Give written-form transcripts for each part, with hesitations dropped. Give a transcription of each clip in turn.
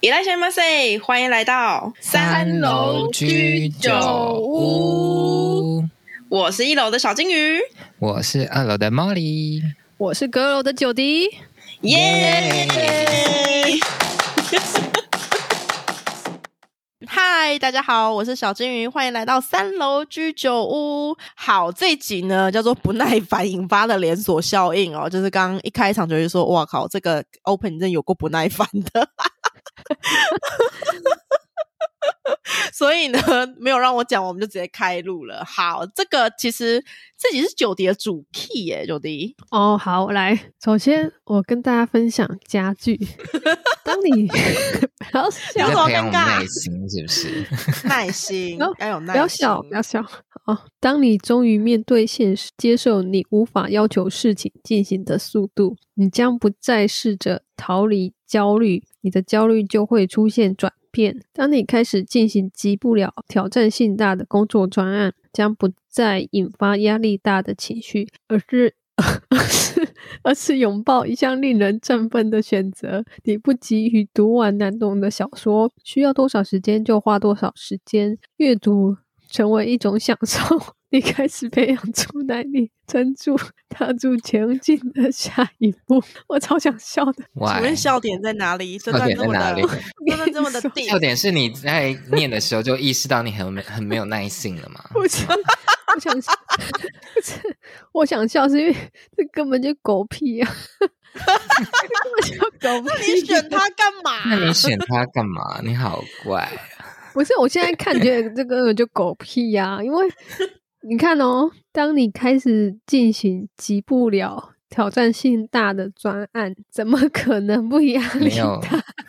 いらっしゃいませ，欢迎来到 3楼居酒屋。 我是1楼的小金鱼， 我是2楼的 Molly， 我是阁楼的九迪。 耶！嗨，大家好，我是小金鱼，欢迎来到3楼居酒屋。好，这一集呢叫做不耐烦引发的连锁效应哦，就是刚刚一开场就说，哇靠，这个 open 真有够不耐烦的。所以呢没有让我讲，我们就直接开录了。好，这个其实这集是九迪的主 key 耶，九迪。 哦，好，来，首先我跟大家分享家具。当你不要笑， 你在培养我们耐心是不是？ 耐心，要有耐心， 不要笑，不要笑。哦，当你终于面对现实，接受你无法要求事情进行的速度，你将不再试着逃离焦虑，你的焦虑就会出现转变。当你开始进行急不了、挑战性大的工作专案，将不再引发压力大的情绪，而是拥抱一项令人振奋的选择。你不急于读完难懂的小说，需要多少时间就花多少时间，阅读成为一种享受。你开始培养出耐力，撑住，踏出前进的下一步。我超想笑的。 请问笑点在哪里？ 笑点在哪里？ 真的这么的地？ 笑点是你在念的时候就意识到你很没有耐性了吗？ 我想笑是因为这根本就狗屁啊！ 那你选他干嘛？ 那你选他干嘛？你好怪啊！ 不是，我现在看觉得这根本就狗屁啊！因为你看哦，当你开始进行急不了、挑战性大的专案，怎么可能不压力大？ 没有，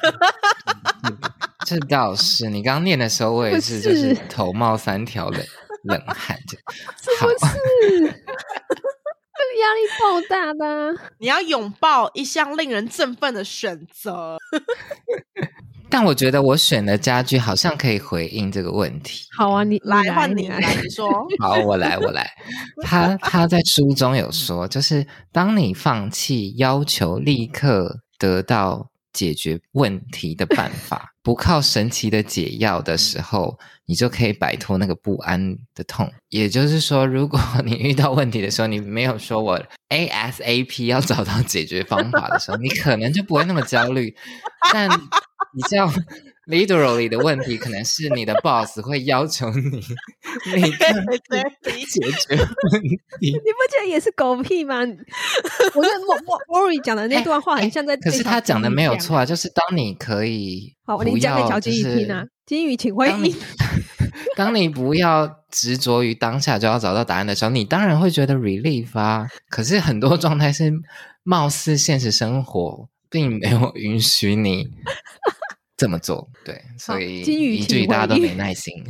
这倒是。你刚刚念的时候，我也是就是头冒3条冷汗。 是不是？这个压力爆大的啊！ 你要拥抱一项令人振奋的选择。 但我觉得我选的家具好像可以回应这个问题。 好啊，你来换你说。 好，我来。他在书中有说，就是当你放弃要求立刻得到解决问题的办法，不靠神奇的解药的时候，你就可以摆脱那个不安的痛。也就是说，如果你遇到问题的时候，你没有说我 ASAP 要找到解决方法的时候，你可能就不会那么焦虑。但比较 literally 的问题可能是你的 boss 会要求你立刻解决问题。 你不觉得也是狗屁吗？我觉得 Mori 讲的那段话很像在可是他讲的没有错啊，就是当你可以好，你讲给小金鱼听啊，金鱼请回应。 当你不要执着于当下就要找到答案的时候，你当然会觉得 relief 啊。可是很多状态是貌似现实生活并没有允许你这么做，对，所以以至于大家都没耐心。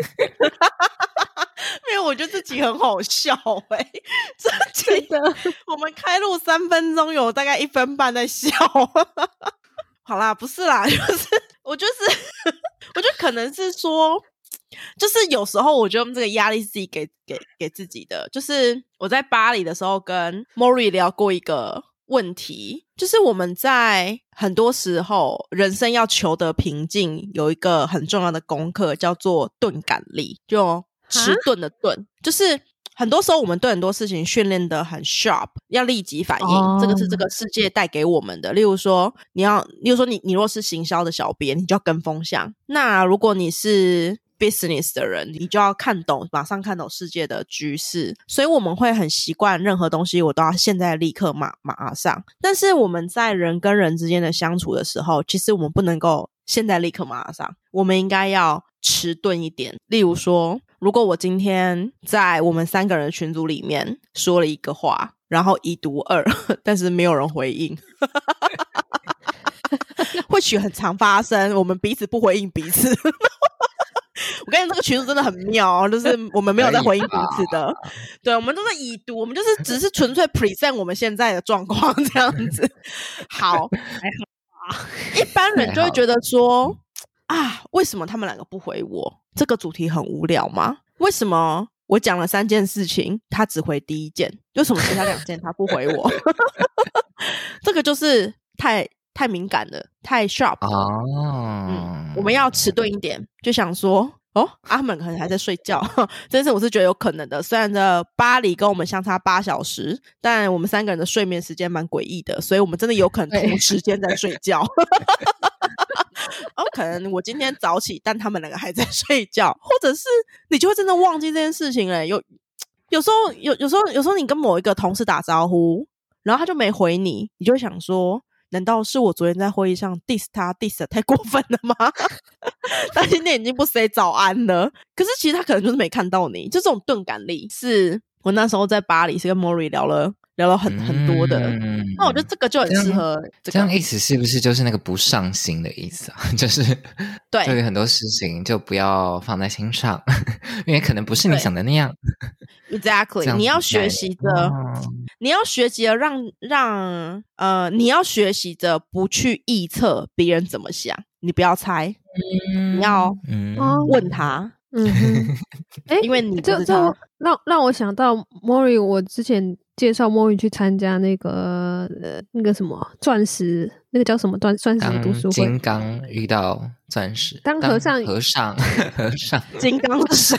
没有，我觉得这集很好笑这集的我们开录3分钟，有大概1分半在笑。好啦，不是啦，就是我觉得可能是说，就是有时候我觉得这个压力是自己给自己的。就是我在巴黎的时候跟 Mori 聊过一个问题，就是我们在很多时候人生要求得平静，有一个很重要的功课叫做钝感力，就迟钝的钝，就是很多时候我们对很多事情训练得很 sharp， 要立即反应，这个是这个世界带给我们的。例如说你如果是行销的小编，你就要跟风向。那如果你是business 的人，你就要马上看懂世界的局势。所以我们会很习惯任何东西我都要现在立刻马上。但是我们在人跟人之间的相处的时候，其实我们不能够现在立刻马上，我们应该要迟钝一点。例如说，如果我今天在我们3个人的群组里面说了一个话，然后已读2，但是没有人回应。或许很常发生，我们彼此不回应彼此。我跟你这个群组真的很妙，就是我们没有在回应彼此的。对，我们都是已读，我们就是只是纯粹 present 我们现在的状况这样子。好，一般人就会觉得说啊，为什么他们2个不回我？这个主题很无聊吗？为什么我讲了3件事情，他只回第1件？为什么其他2件他不回我？这个就是太太敏感了，太 sharp 哦， 我们要迟钝一点，就想说阿们可能还在睡觉这件事我是觉得有可能的，虽然这巴黎跟我们相差8小时，但我们3个人的睡眠时间蛮诡异的，所以我们真的有可能同时间在睡觉可能我今天早起但他们2个还在睡觉，或者是你就会真的忘记这件事情了。有时候你跟某一个同事打招呼，然后他就没回你，你就会想说难道是我昨天在会议上 diss 他 diss 得太过分了吗他今天已经不 say 早安了，可是其实他可能就是没看到你，就这种钝感力是我那时候在巴黎是跟 Mori 聊了很多的，那我觉得这个就很适合这样意思是不是就是那个不上心的意思啊？就是对， 对于很多事情就不要放在心上因为可能不是你想的那样 Exactly 你要学习着你要学习着你要学习着不去臆测别人怎么想，你不要猜你要问他因为你不是他让我想到 Mori， 我之前介绍 Mori 去参加那个什么钻石，那个叫什么钻石读书会， 金刚遇到钻石， 当和尚金刚是谁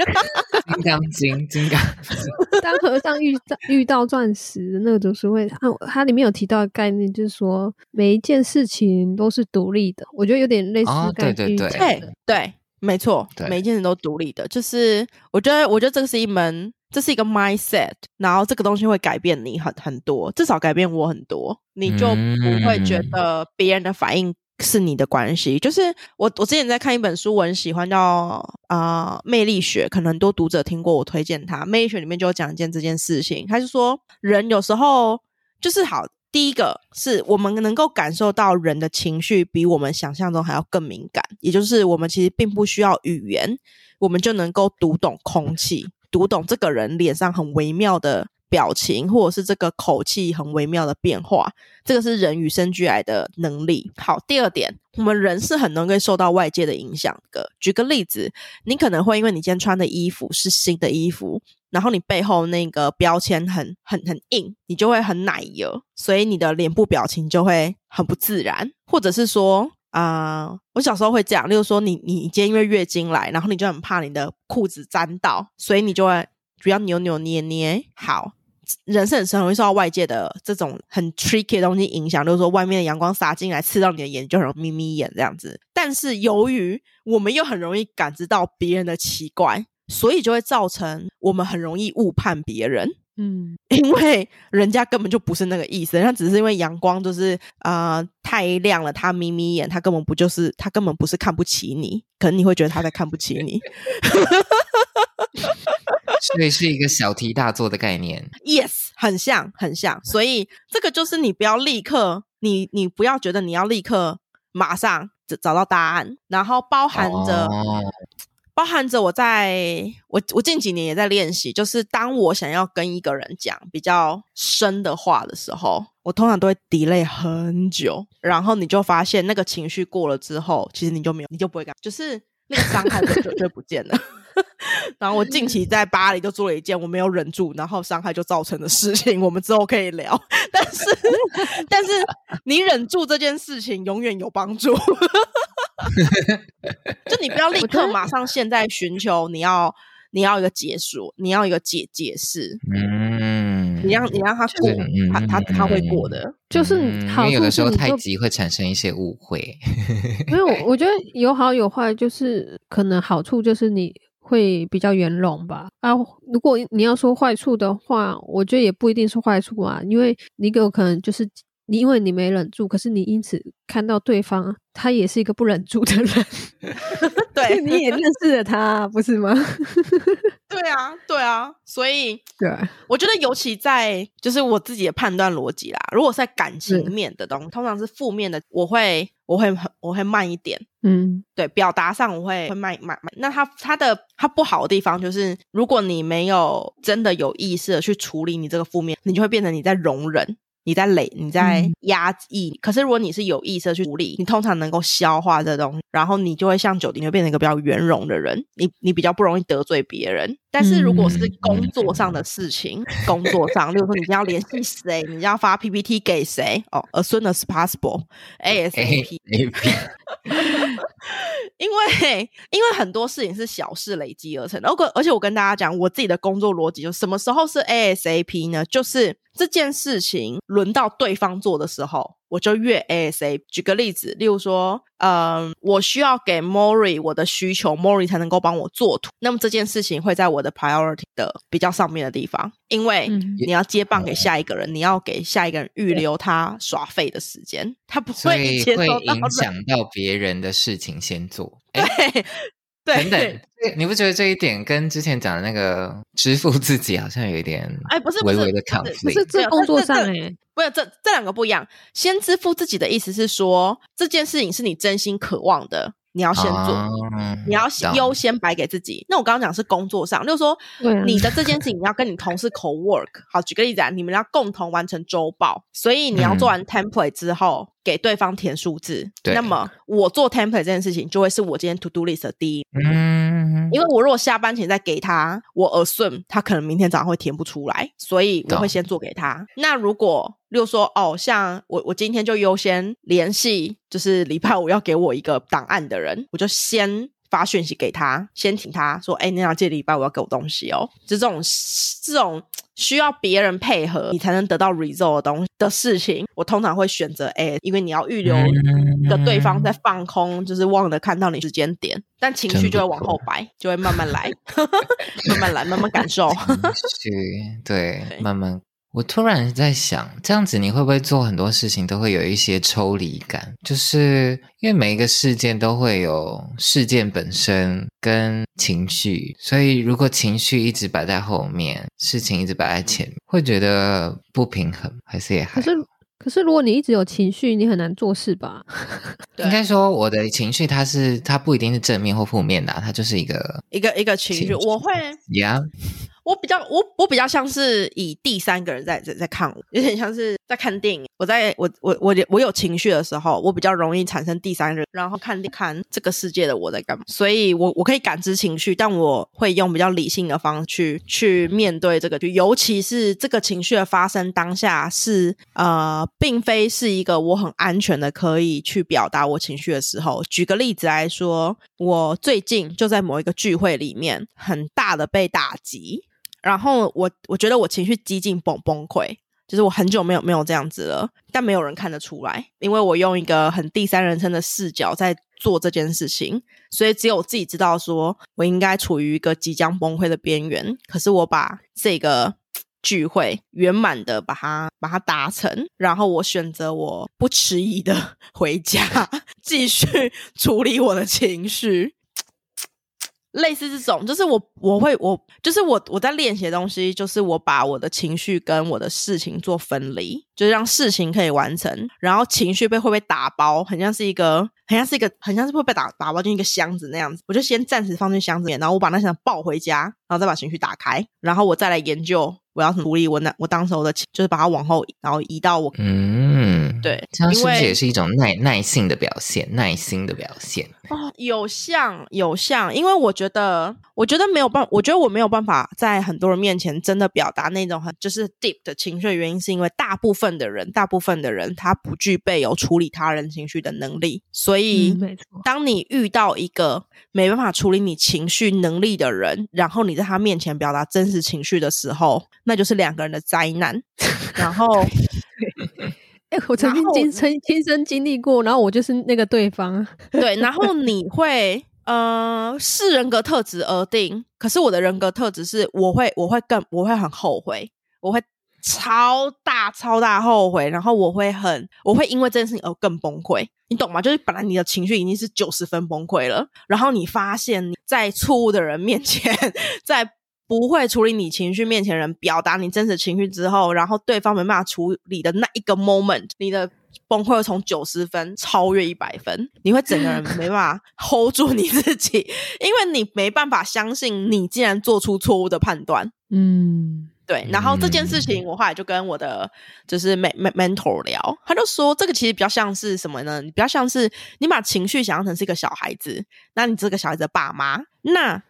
金刚当和尚遇到钻石的那个读书会，它里面有提到的概念就是说每一件事情都是独立的，我觉得有点类似概念对没错，每一件事都独立的，就是我觉得这是一个 mindset， 然后这个东西会改变你很多，至少改变我很多，你就不会觉得别人的反应是你的关系。就是我之前在看一本书我很喜欢叫魅力学，可能很多读者听过我推荐它，魅力学里面就有讲这件事情，他就说人有时候就是好，第一个是我们能够感受到人的情绪比我们想象中还要更敏感，也就是我们其实并不需要语言，我们就能够读懂空气，读懂这个人脸上很微妙的表情，或者是这个口气很微妙的变化，这个是人与生俱来的能力。好，第二点，我们人是很容易受到外界的影响的。举个例子，你可能会因为你今天穿的衣服是新的衣服，然后你背后那个标签很硬，你就会很奶油，所以你的脸部表情就会很不自然。或者是说我小时候会这样，例如说你今天因为月经来，然后你就很怕你的裤子沾到，所以你就会比较扭扭捏捏。好，人是很容易受到外界的这种很 tricky 的东西影响，例如说外面的阳光洒进来刺到你的眼，就很容易眯眯眼这样子。但是由于我们又很容易感知到别人的奇怪，所以就会造成我们很容易误判别人。因为人家根本就不是那个意思，人家只是因为阳光就是太亮了，他眯眯眼，他根本不是看不起你，可能你会觉得他在看不起你所以是一个小题大做的概念。 Yes， 很像，所以这个就是你不要立刻你不要觉得你要立刻马上找到答案，然后包含着我近几年也在练习，就是当我想要跟一个人讲比较深的话的时候，我通常都会 delay 很久，然后你就发现那个情绪过了之后，其实你就不会就是那个伤害就不见了然后我近期在巴黎就做了一件我没有忍住然后伤害就造成的事情，我们之后可以聊但是你忍住这件事情永远有帮助就你不要立刻马上现在寻求你要一个结束，你要一个解释你让他过他会过的， 就是好处是因为有的时候太急会产生一些误会没有，我觉得有好有坏，就是可能好处就是你会比较圆融吧如果你要说坏处的话，我觉得也不一定是坏处啊，因为你有可能就是因为你没忍住，可是你因此看到对方他也是一个不忍住的人对你也认识了他不是吗对啊，所以对，我觉得尤其在就是我自己的判断逻辑啦，如果是在感情面的东西通常是负面的，我会慢一点对，表达上我会慢。那它不好的地方就是如果你没有真的有意识的去处理你这个负面，你就会变成你在容忍，你在压抑可是如果你是有意识的去处理，你通常能够消化这东西，然后你就会像酒精就变成一个比较圆融的人，你比较不容易得罪别人， 但是如果是工作上的事情，工作上，例如说你要联系谁，你要发 PPT 给谁，as soon as possible ASAP 因为很多事情是小事累积而成的，而且我跟大家讲，我自己的工作逻辑就是什么时候是 ASAP 呢？就是这件事情轮到对方做的时候，我就越 ASAP。举个例子，例如说我需要给 Mori 我的需求 Mori 才能够帮我做图，那么这件事情会在我的 priority 的比较上面的地方，因为你要接棒给下一个人，你要给下一个人预留他耍废的时间，他不会接受到， 所以会影响到别人的事情先做。 对， 等等，你不觉得这一点跟之前讲的那个支付自己好像有一点微微的 conflict？ 不是这工作上不是这两个不一样。先支付自己的意思是说，这件事情是你真心渴望的，你要先做，你要优先摆给自己。那我刚刚讲是工作上，就是说你的这件事情你要跟你同事 co-work。好，举个例子你们要共同完成周报，所以你要做完 template 之后给对方填数字，那么我做 template 这件事情就会是我今天 to do list 的第一。因为我如果下班前再给他，我 assume 他可能明天早上会填不出来，所以我会先做给他。那如果例如说像我今天就优先联系就是礼拜五要给我一个档案的人，我就先发讯息给他，先请他说你要记得礼拜五要给我东西哦。就这种需要别人配合你才能得到 result 的事情，我通常会选择因为你要预留一个对方在放空就是忘了看到你时间点，但情绪就会往后摆，就会慢慢来慢慢来，慢慢感受对，慢慢。我突然在想，这样子你会不会做很多事情都会有一些抽离感，就是因为每一个事件都会有事件本身跟情绪，所以如果情绪一直摆在后面，事情一直摆在前面，会觉得不平衡，还是也还好。 可是如果你一直有情绪，你很难做事吧？ 应该说我的情绪它不一定是正面或负面的它就是一个情绪。我会我比较像是以第三个人在看我，有点像是在看电影。我有情绪的时候，我比较容易产生第三人，然后看这个世界的我在干嘛。所以我可以感知情绪，但我会用比较理性的方式去面对这个，尤其是这个情绪的发生当下是并非是一个我很安全的可以去表达我情绪的时候。举个例子来说，我最近就在某一个聚会里面很大的被打击，然后我觉得我情绪激进崩溃，就是我很久没有这样子了，但没有人看得出来，因为我用一个很第三人称的视角在做这件事情，所以只有我自己知道说我应该处于一个即将崩溃的边缘，可是我把这个聚会圆满的把它达成，然后我选择我不迟疑的回家继续处理我的情绪。类似这种，就是我在练习的东西，就是我把我的情绪跟我的事情做分离，就是让事情可以完成，然后情绪会被打包，很像是会被打包进一个箱子那样子，我就先暂时放进箱子里面，然后我把那箱子抱回家，然后再把情绪打开，然后我再来研究我要处理我当时的就是把它往后移，然后移到我对， 这样是不是也是一种耐性的表现，耐心的表现？ 有像，因为我觉得没有办法，我觉得我没有办法在很多人面前真的表达那种很就是 deep 的情绪的原因，是因为大部分的人他不具备有处理他人情绪的能力，所以当你遇到一个没办法处理你情绪能力的人，然后你在他面前表达真实情绪的时候，那就是两个人的灾难。然后我曾经亲身经历过，然后我就是那个对方。 对，然后你会视人格特质而定，可是我的人格特质是我会很后悔，我会超大后悔，然后我会因为这件事情而更崩溃，你懂吗？就是本来你的情绪已经是90分崩溃了，然后你发现你在错误的人面前，在不会处理你情绪面前的人表达你真实情绪之后，然后对方没办法处理的那一个 moment， 你的崩溃会从90分超越100分，你会整个人没办法 hold 住你自己，因为你没办法相信你竟然做出错误的判断。对，然后这件事情我后来就跟我的就是 mentor 聊，他就说这个其实比较像是什么呢？比较像是你把情绪想象成是一个小孩子，那你这个小孩子的爸妈，那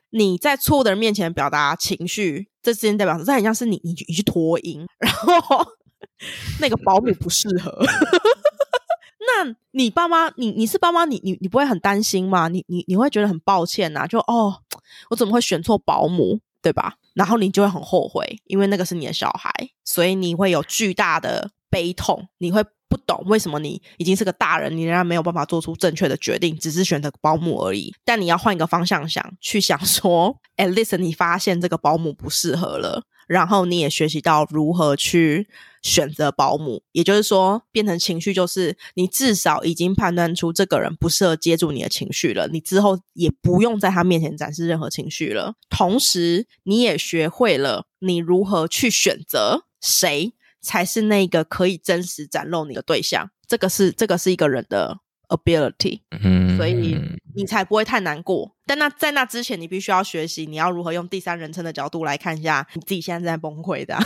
你在错误的人面前表达情绪，这之间代表什么？这很像是你去脱音，然后那个保姆不适合。那你爸妈，你是爸妈，你不会很担心吗？你会觉得很抱歉啊，就我怎么会选错保姆，对吧？然后你就会很后悔，因为那个是你的小孩，所以你会有巨大的悲痛，你会不懂为什么你已经是个大人，你仍然没有办法做出正确的决定，只是选择保姆而已。但你要换一个方向想，去想说 at least 你发现这个保姆不适合了，然后你也学习到如何去选择保姆，也就是说变成情绪，就是你至少已经判断出这个人不适合接住你的情绪了，你之后也不用在他面前展示任何情绪了。同时你也学会了你如何去选择谁才是那个可以真实展露你的对象，这个是一个人的 ability， 所以你才不会太难过。但在那之前你必须要学习你要如何用第三人称的角度来看一下你自己现在正在崩溃的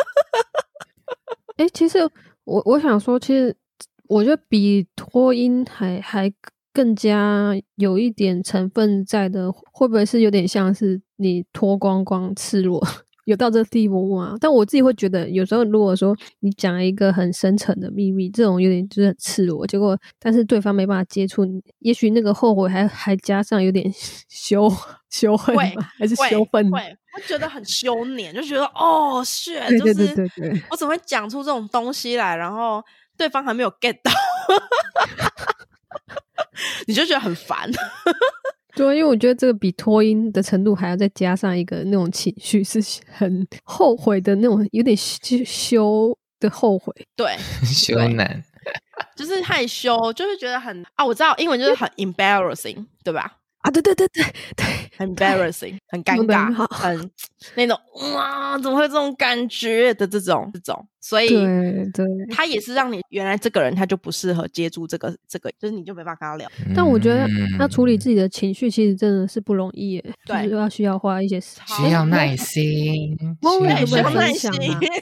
其实我想说，其实我觉得比脱音还更加有一点成分在的，会不会是有点像是你脱光光赤裸有到这个地步吗？但我自己会觉得有时候如果说你讲一个很深沉的秘密，这种有点就是很赤裸，结果但是对方没办法接触你，也许那个后悔还加上有点羞恨吧，还是羞愤， 会觉得很羞赧，就觉得shit， 对就是我怎么会讲出这种东西来，然后对方还没有 get 到你就觉得很烦对，因为我觉得这个比脱音的程度还要再加上一个那种情绪，是很后悔的那种，有点羞的后悔。对， 羞赧， 就是害羞，就是觉得很我知道英文就是很 embarrassing， 对吧？ 对， 很 embarrassing， 很尴尬，很那种怎么会这种感觉的这种，所以对， 他也是让你原来这个人他就不适合接触这个，就是你就没办法跟他聊。 但我觉得要处理自己的情绪，其实真的是不容易耶， 对， 就是需要花一些时间， 需要耐心， 需要耐心。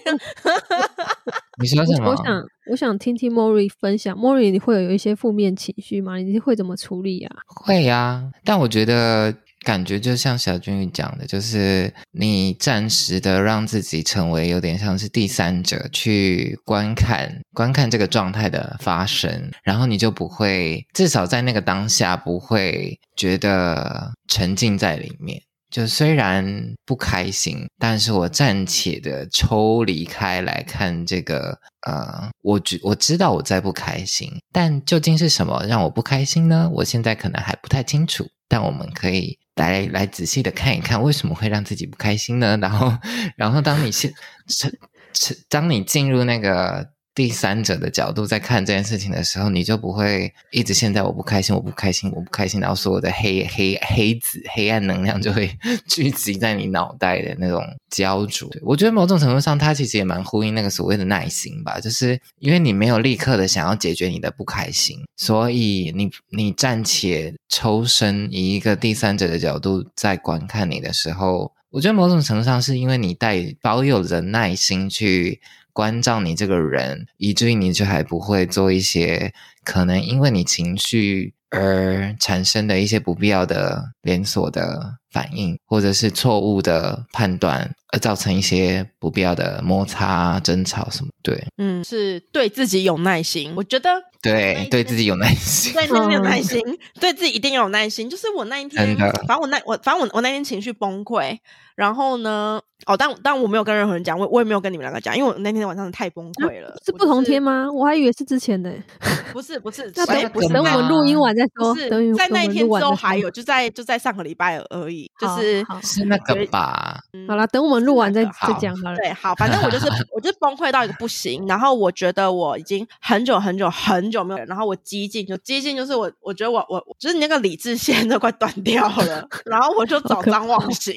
你说什么？ 我想听听 Mori 分享。Mori， 你会有一些负面情绪吗？你会怎么处理啊？ 会啊，但我觉得感觉就像小君宇讲的，就是你暂时的让自己成为有点像是第三者去观看这个状态的发生，然后你就不会，至少在那个当下不会觉得沉浸在里面。就虽然不开心，但是我暂且的抽离开来看这个我知道我在不开心，但究竟是什么让我不开心呢？我现在可能还不太清楚，但我们可以来仔细的看一看为什么会让自己不开心呢？然后当你进入那个第三者的角度在看这件事情的时候，你就不会一直现在我不开心，然后所有的黑暗能量就会聚集在你脑袋的那种焦灼。我觉得某种程度上它其实也蛮呼应那个所谓的耐心吧，就是因为你没有立刻的想要解决你的不开心，所以你暂且抽身以一个第三者的角度在观看你的时候，我觉得某种程度上是因为你保有着耐心去关照你这个人，以至于你就还不会做一些可能因为你情绪而产生的一些不必要的连锁的反应，或者是错误的判断而造成一些不必要的摩擦争吵什么。对， 是对自己有耐心，我觉得对自己有耐心， 对自己有耐心对自己一定有耐心。就是我那一天反正我那天情绪崩溃，然后呢但我没有跟任何人讲，我也没有跟你们两个讲，因为我那天晚上太崩溃了。 是不同天吗？我还以为是之前的不是那等我们录音完再说。 不是在那一天之后还有就在上个礼拜而已，就是那个吧。 好啦，等我们录完再讲好了。 对，好，反正我就是崩溃到一个不行，然后我觉得我已经很久没有，然后我激进就是我觉得我就是那个理智线都快断掉了，然后我就找张望行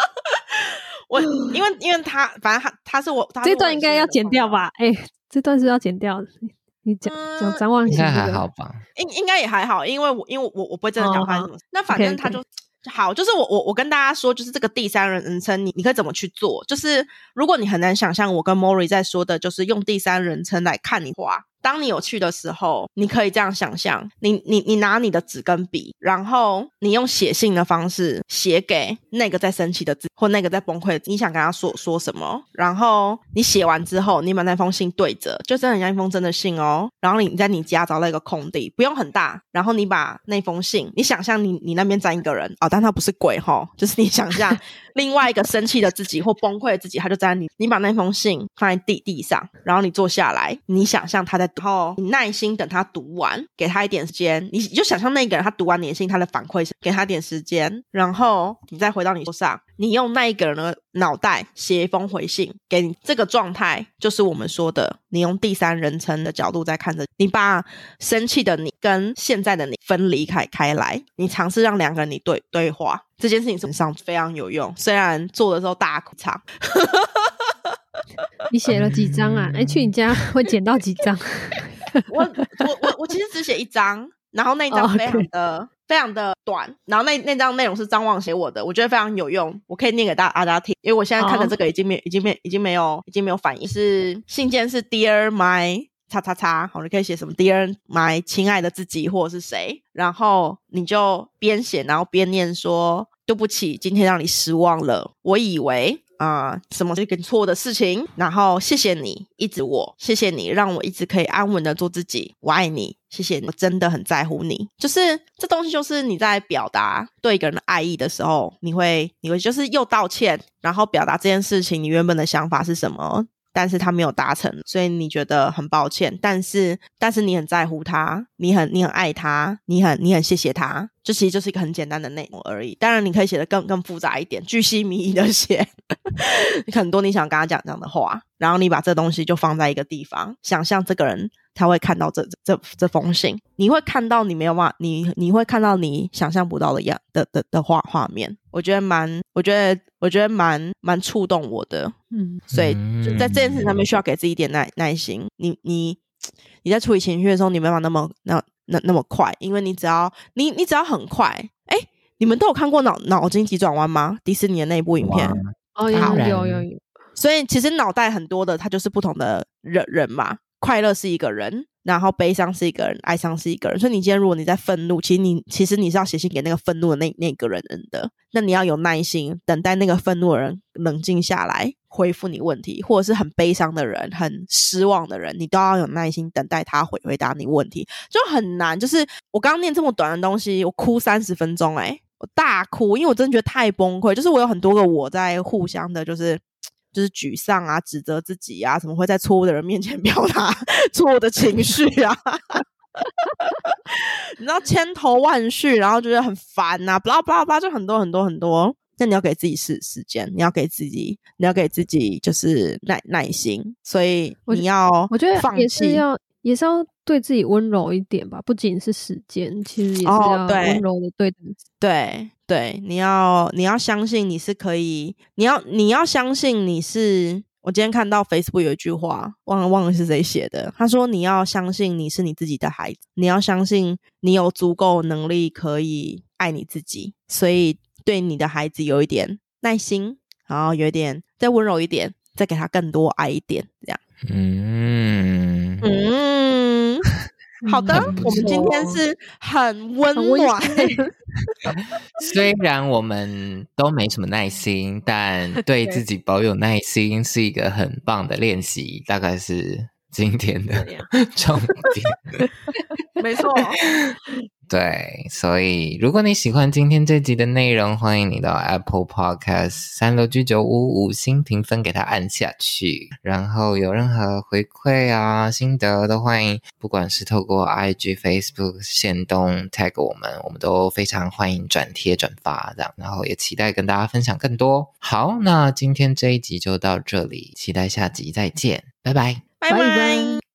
因为他反正他是我这段应该要剪掉吧？这段是要剪掉的。你讲张望行应该还好吧？ 应该也还好，因为我不会真的讲发生什么事。那反正他就好，就是我跟大家说，就是这个第三人称你可以怎么去做？就是如果你很难想象我跟 Mori 在说的，就是用第三人称来看你话， 当你有趣的时候，你可以这样想象，你拿你的纸跟笔，然后你用写信的方式写给那个在生气的自己或那个在崩溃的自己，你想跟他说什么，然后你写完之后，你把那封信对折，就真的很像一封真的信哦，然后你在你家找到一个空地，不用很大，然后你把那封信，你想象你那边站一个人哦，但他不是鬼齁，就是你想象另外一个生气的自己或崩溃的自己，他就站在你把那封信放在地上，然后你坐下来，你想象他在，然后你耐心等他读完，给他一点时间，你就想象那个人他读完你的信，他的反馈是给他点时间，然后你再回到你桌上，你用那一个人的脑袋写一封回信给你，这个状态就是我们说的你用第三人称的角度在看着你，把生气的你跟现在的你分离开来，你尝试让两个人你对话，这件事情上非常有用，虽然做的时候大哭场你写了几张啊？去你家会捡到几张？ 我其实只写一张，然后那一张非常的短，然后那张内容是张望写我的，我觉得非常有用，我可以念给大家听，因为我现在看的这个已经没有反应，是信件是 Dear my 叉叉叉，好，你可以写什么 Dear my 亲爱的自己或者是谁，然后你就边写然后边念说，对不起，今天让你失望了，我以为什么是跟错的事情，然后谢谢你一直谢谢你让我一直可以安稳的做自己，我爱你，谢谢你，我真的很在乎你，就是这东西就是你在表达对一个人的爱意的时候，你会就是又道歉，然后表达这件事情你原本的想法是什么，但是他没有达成，所以你觉得很抱歉，但是你很在乎他，你很爱他，你很谢谢他，就其实就是一个很简单的内容而已，当然你可以写得更复杂一点，巨细靡遗的写很多你想跟他讲这样的话，然后你把这东西就放在一个地方，想象这个人他会看到这封信，你会看到你没有办法，你会看到你想象不到的画面，我觉得蛮触动我的，所以就在这件事上面需要给自己一点耐心，你在处理情绪的时候，你没办法那么快，因为你只要很快，你们都有看过脑筋急转弯吗？迪士尼的那一部影片？ 有。 所以其实脑袋很多的，它就是不同的人嘛。快乐是一个人，然后悲伤是一个人，哀伤是一个人。所以你今天如果你在愤怒，其实你是要写信给那个愤怒的那个人的。那你要有耐心，等待那个愤怒的人冷静下来，回复你问题，或者是很悲伤的人、很失望的人，你都要有耐心等待他回答你问题，就很难。就是我刚刚念这么短的东西，我哭30分钟，我大哭，因为我真的觉得太崩溃。就是我有很多个我在互相的，就是沮丧啊，指责自己啊，怎么会在错误的人面前表达错误的情绪啊你知道千头万绪，然后觉得很烦啊，巴拉巴拉巴拉，就很多很多很多。那你要给自己时间，你要给自己就是耐心，所以你要我觉得放弃， 也是要对自己温柔一点吧，不仅是时间，其实也是要温柔的对自己。 对，你要相信你是可以，你要相信你是。我今天看到 Facebook 有一句话，忘了是谁写的，他说你要相信你是你自己的孩子，你要相信你有足够能力可以爱你自己，所以对你的孩子有一点耐心，然后有一点再温柔一点，再给他更多爱一点，这样。好的，我们今天是很温暖虽然我们都没什么耐心，但对自己保有耐心是一个很棒的练习，大概是今天的重点没错对，所以如果你喜欢今天这集的内容，欢迎你到 Apple Podcast 3楼居酒屋5星评分给它按下去，然后有任何回馈啊心得都欢迎，不管是透过 IG Facebook 限动 tag 我们都非常欢迎转贴转发这样，然后也期待跟大家分享更多。好，那今天这一集就到这里，期待下集再见，拜拜拜拜。